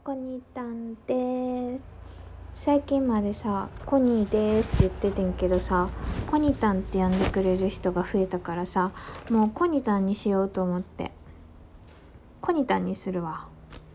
コニータンです。最近までさ、コニーですって言っててんけどさ、コニタンって呼んでくれる人が増えたからさ、もうコニタンにしようと思ってコニタンにするわ。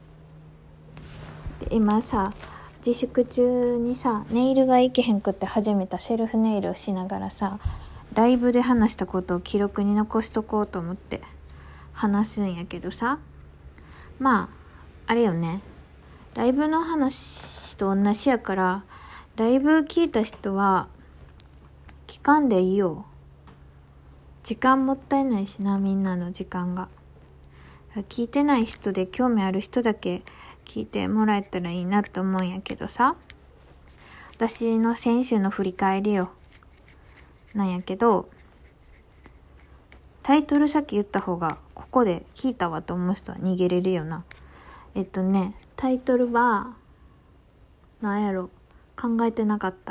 で今さ、自粛中にさ、ネイルがいけへんくって始めたセルフネイルをしながらさ、ライブで話したことを記録に残しとこうと思って話すんやけどさ、まああれよね、ライブの話と同じやから、ライブ聞いた人は聞かんでいいよ。時間もったいないしな、みんなの時間が。聞いてない人で興味ある人だけ聞いてもらえたらいいなと思うんやけどさ、私の先週の振り返りよなんやけど、タイトル先言った方がここで聞いたわと思う人は逃げれるよな。タイトルはなんやろ、考えてなかった。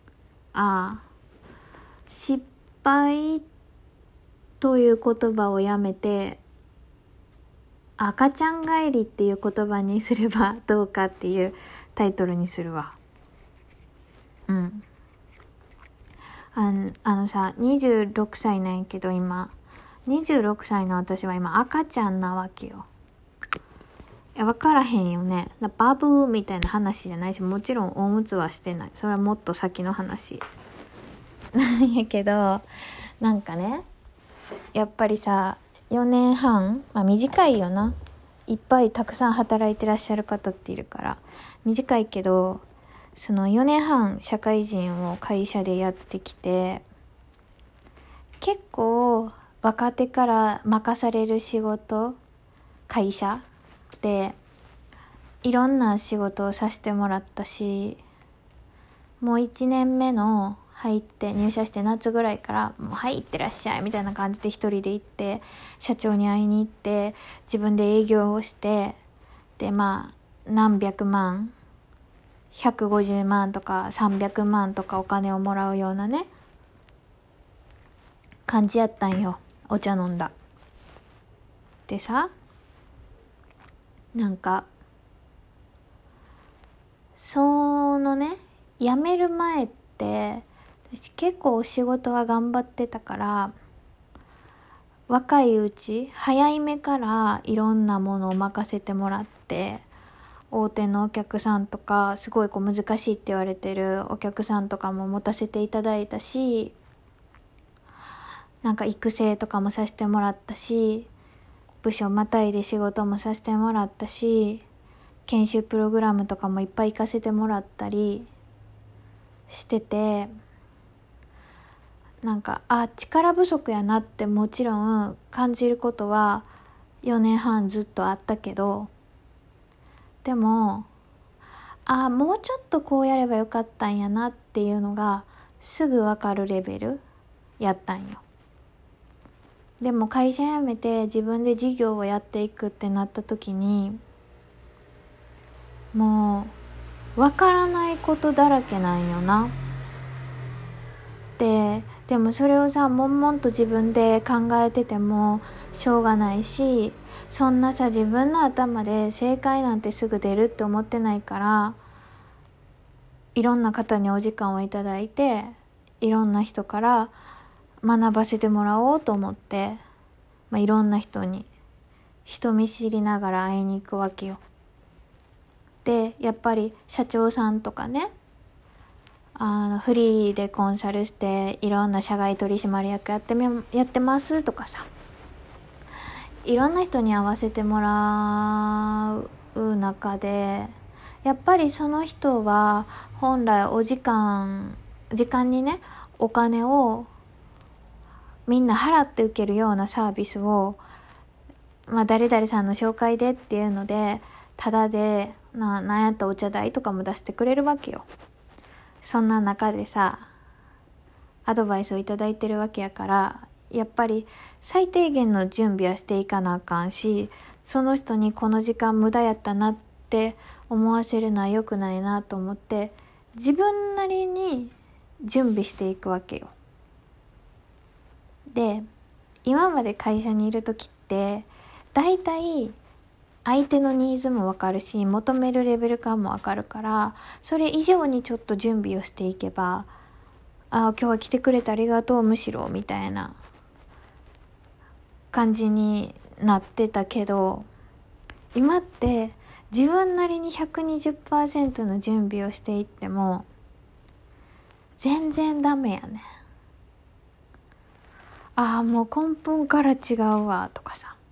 失敗という言葉をやめて赤ちゃん帰りっていう言葉にすればどうかっていうタイトルにするわ。あのさ、26歳なんやけど、今26歳の私は今赤ちゃんなわけよ。わからへんよね。バブーみたいな話じゃないし、もちろんおむつはしてない。それはもっと先の話なんやけど、なんかね、やっぱりさ、4年半、短いよな。いっぱいたくさん働いてらっしゃる方っているから短いけど、その4年半社会人を会社でやってきて、結構若手から任される仕事、会社でいろんな仕事をさせてもらったし、もう1年目の入社して夏ぐらいからもう入ってらっしゃいみたいな感じで一人で行って社長に会いに行って自分で営業をして、で何百万、150万とか300万とかお金をもらうようなね感じやったんよ。お茶飲んだでさ、なんかそのね、辞める前って私結構お仕事は頑張ってたから、若いうち早い目からいろんなものを任せてもらって、大手のお客さんとかすごい難しいって言われてるお客さんとかも持たせていただいたし、なんか育成とかもさせてもらったし、部署またいで仕事もさせてもらったし、研修プログラムとかもいっぱい行かせてもらったりしてて、なんか力不足やなってもちろん感じることは4年半ずっとあったけど、でももうちょっとこうやればよかったんやなっていうのがすぐわかるレベルやったんよ。でも会社辞めて自分で事業をやっていくってなった時に、もうわからないことだらけなんよな。でもそれをさ、悶々と自分で考えててもしょうがないし、そんなさ、自分の頭で正解なんてすぐ出るって思ってないから、いろんな方にお時間をいただいて、いろんな人から学ばせてもらおうと思って、いろんな人に人見知りながら会いに行くわけよ。でやっぱり社長さんとかね、フリーでコンサルしていろんな社外取締役やってますとかさ、いろんな人に会わせてもらう中で、やっぱりその人は本来時間にね、お金をみんな払って受けるようなサービスを、誰々さんの紹介でっていうのでタダでなんやったお茶代とかも出してくれるわけよ。そんな中でさ、アドバイスをいただいてるわけやから、やっぱり最低限の準備はしていかなあかんし、その人にこの時間無駄やったなって思わせるのは良くないなと思って、自分なりに準備していくわけよ。で今まで会社にいる時ってだいたい相手のニーズもわかるし、求めるレベル感もわかるから、それ以上にちょっと準備をしていけば、今日は来てくれてありがとう、むしろみたいな感じになってたけど、今って自分なりに 120% の準備をしていっても全然ダメやね。もう根本から違うわとかさ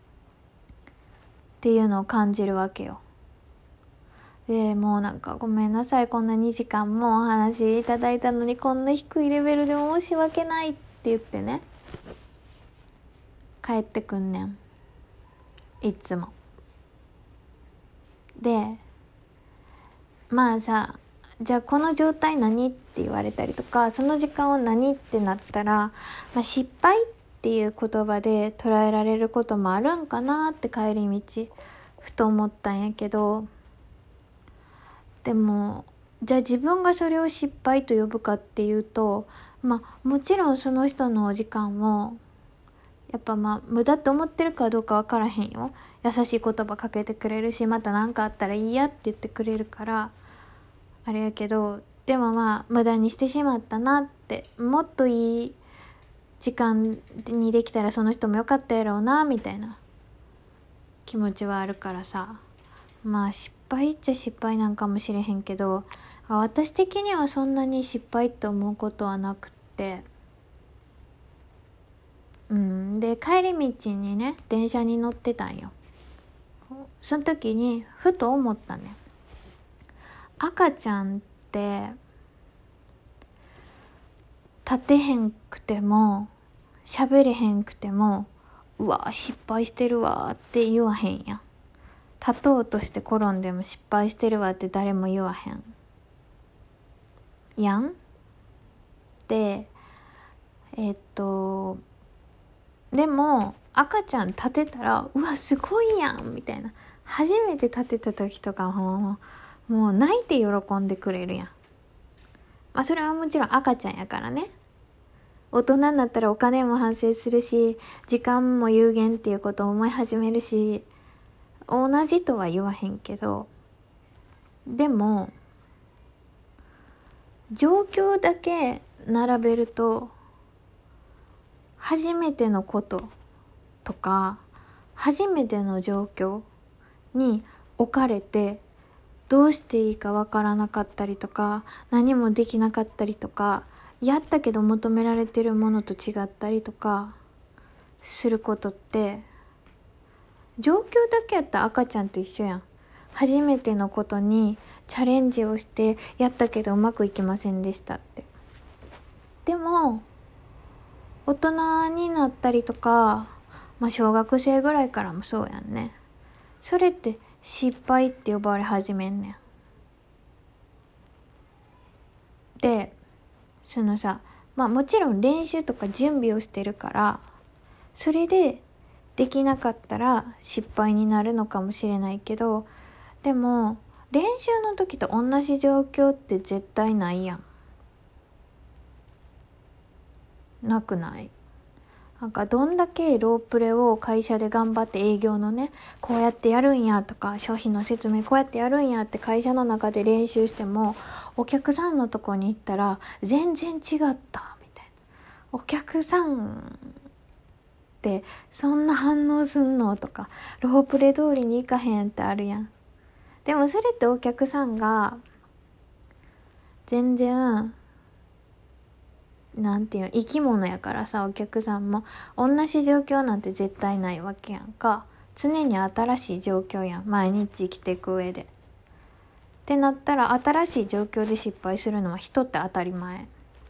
っていうのを感じるわけよ。でもうなんかごめんなさい、こんな2時間もお話いただいたのにこんな低いレベルで申し訳ないって言ってね、帰ってくんねん、いつも。でまあさ、じゃあこの状態何って言われたりとか、その時間を何ってなったら、失敗っていう言葉で捉えられることもあるんかなって帰り道ふと思ったんやけど、でもじゃあ自分がそれを失敗と呼ぶかっていうと、もちろんその人のお時間をやっぱ無駄って思ってるかどうか分からへんよ。優しい言葉かけてくれるし、また何かあったらいいやって言ってくれるからあれやけど、でも無駄にしてしまったなって、もっといい時間にできたらその人もよかったやろうなみたいな気持ちはあるからさ、失敗っちゃ失敗なんかもしれへんけど、私的にはそんなに失敗って思うことはなくって、で帰り道にね電車に乗ってたんよ。その時にふと思ったね。赤ちゃんって立てへんくても喋れへんくても、うわ失敗してるわって言わへんやん。立とうとして転んでも失敗してるわって誰も言わへんやん。ででも赤ちゃん立てたらうわすごいやんみたいな、初めて立てた時とかもう泣いて喜んでくれるやん。それはもちろん赤ちゃんやからね。大人になったらお金も発生するし、時間も有限っていうことを思い始めるし、同じとは言わへんけど、でも状況だけ並べると、初めてのこととか初めての状況に置かれてどうしていいかわからなかったりとか、何もできなかったりとか、やったけど求められてるものと違ったりとかすることって、状況だけやったら赤ちゃんと一緒やん。初めてのことにチャレンジをしてやったけどうまくいきませんでしたって。でも大人になったりとか、小学生ぐらいからもそうやんね。それって失敗って呼ばれ始めんねん。でそのさ、もちろん練習とか準備をしてるから、それでできなかったら失敗になるのかもしれないけど、でも練習の時と同じ状況って絶対ないやん。なくない？なんかどんだけロープレを会社で頑張って営業のね、こうやってやるんやとか、商品の説明こうやってやるんやって会社の中で練習しても、お客さんのとこに行ったら全然違ったみたいな。お客さんってそんな反応すんのとか、ロープレ通りに行かへんってあるやん。でもそれってお客さんが全然なんていうの、生き物やからさ、お客さんも同じ状況なんて絶対ないわけやんか。常に新しい状況やん、毎日生きていく上で。ってなったら、新しい状況で失敗するのは人って当たり前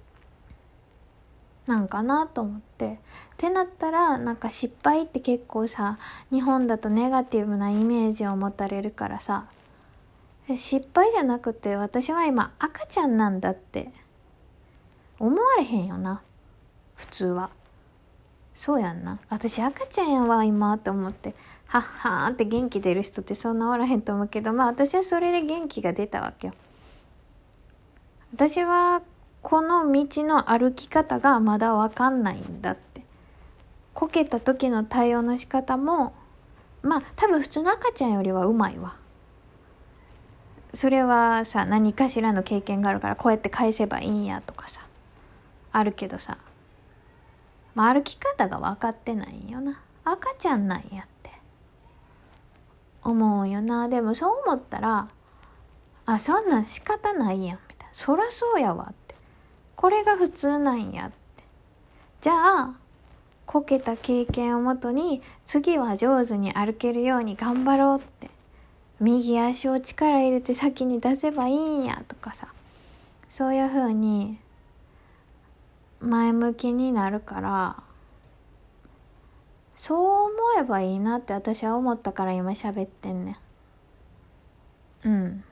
なんかなと思って。ってなったら、なんか失敗って結構さ、日本だとネガティブなイメージを持たれるからさ、失敗じゃなくて私は今赤ちゃんなんだって思われへんよな、普通は。そうやんな、私赤ちゃんやわ今って思ってはっはーって元気出る人ってそんなおらへんと思うけど、私はそれで元気が出たわけよ。私はこの道の歩き方がまだわかんないんだって。こけた時の対応の仕方もまあ多分普通の赤ちゃんよりはうまいわ。それはさ、何かしらの経験があるからこうやって返せばいいんやとかさあるけどさ、まあ、歩き方が分かってないんよな。赤ちゃんなんやって思うよな。でもそう思ったら、あ、そんなん仕方ないやんみたいな、そらそうやわって、これが普通なんやって、じゃあこけた経験をもとに次は上手に歩けるように頑張ろうって、右足を力入れて先に出せばいいんやとかさ、そういう風に前向きになるから、そう思えばいいなって私は思ったから今喋ってんねん。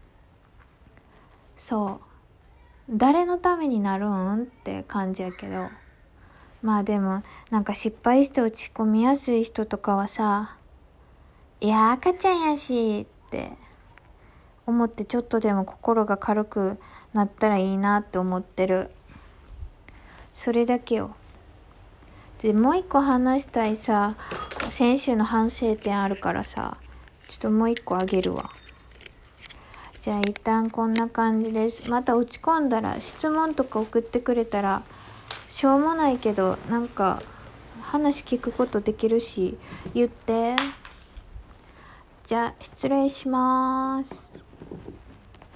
そう誰のためになるんって感じやけど、まあでもなんか失敗して落ち込みやすい人とかはさ、いや赤ちゃんやしって思ってちょっとでも心が軽くなったらいいなって思ってる。それだけよ。でもう一個話したいさ、先週の反省点あるからさ、ちょっともう一個あげるわ。じゃあ一旦こんな感じです。また落ち込んだら質問とか送ってくれたら、しょうもないけどなんか話聞くことできるし言って。じゃあ失礼します。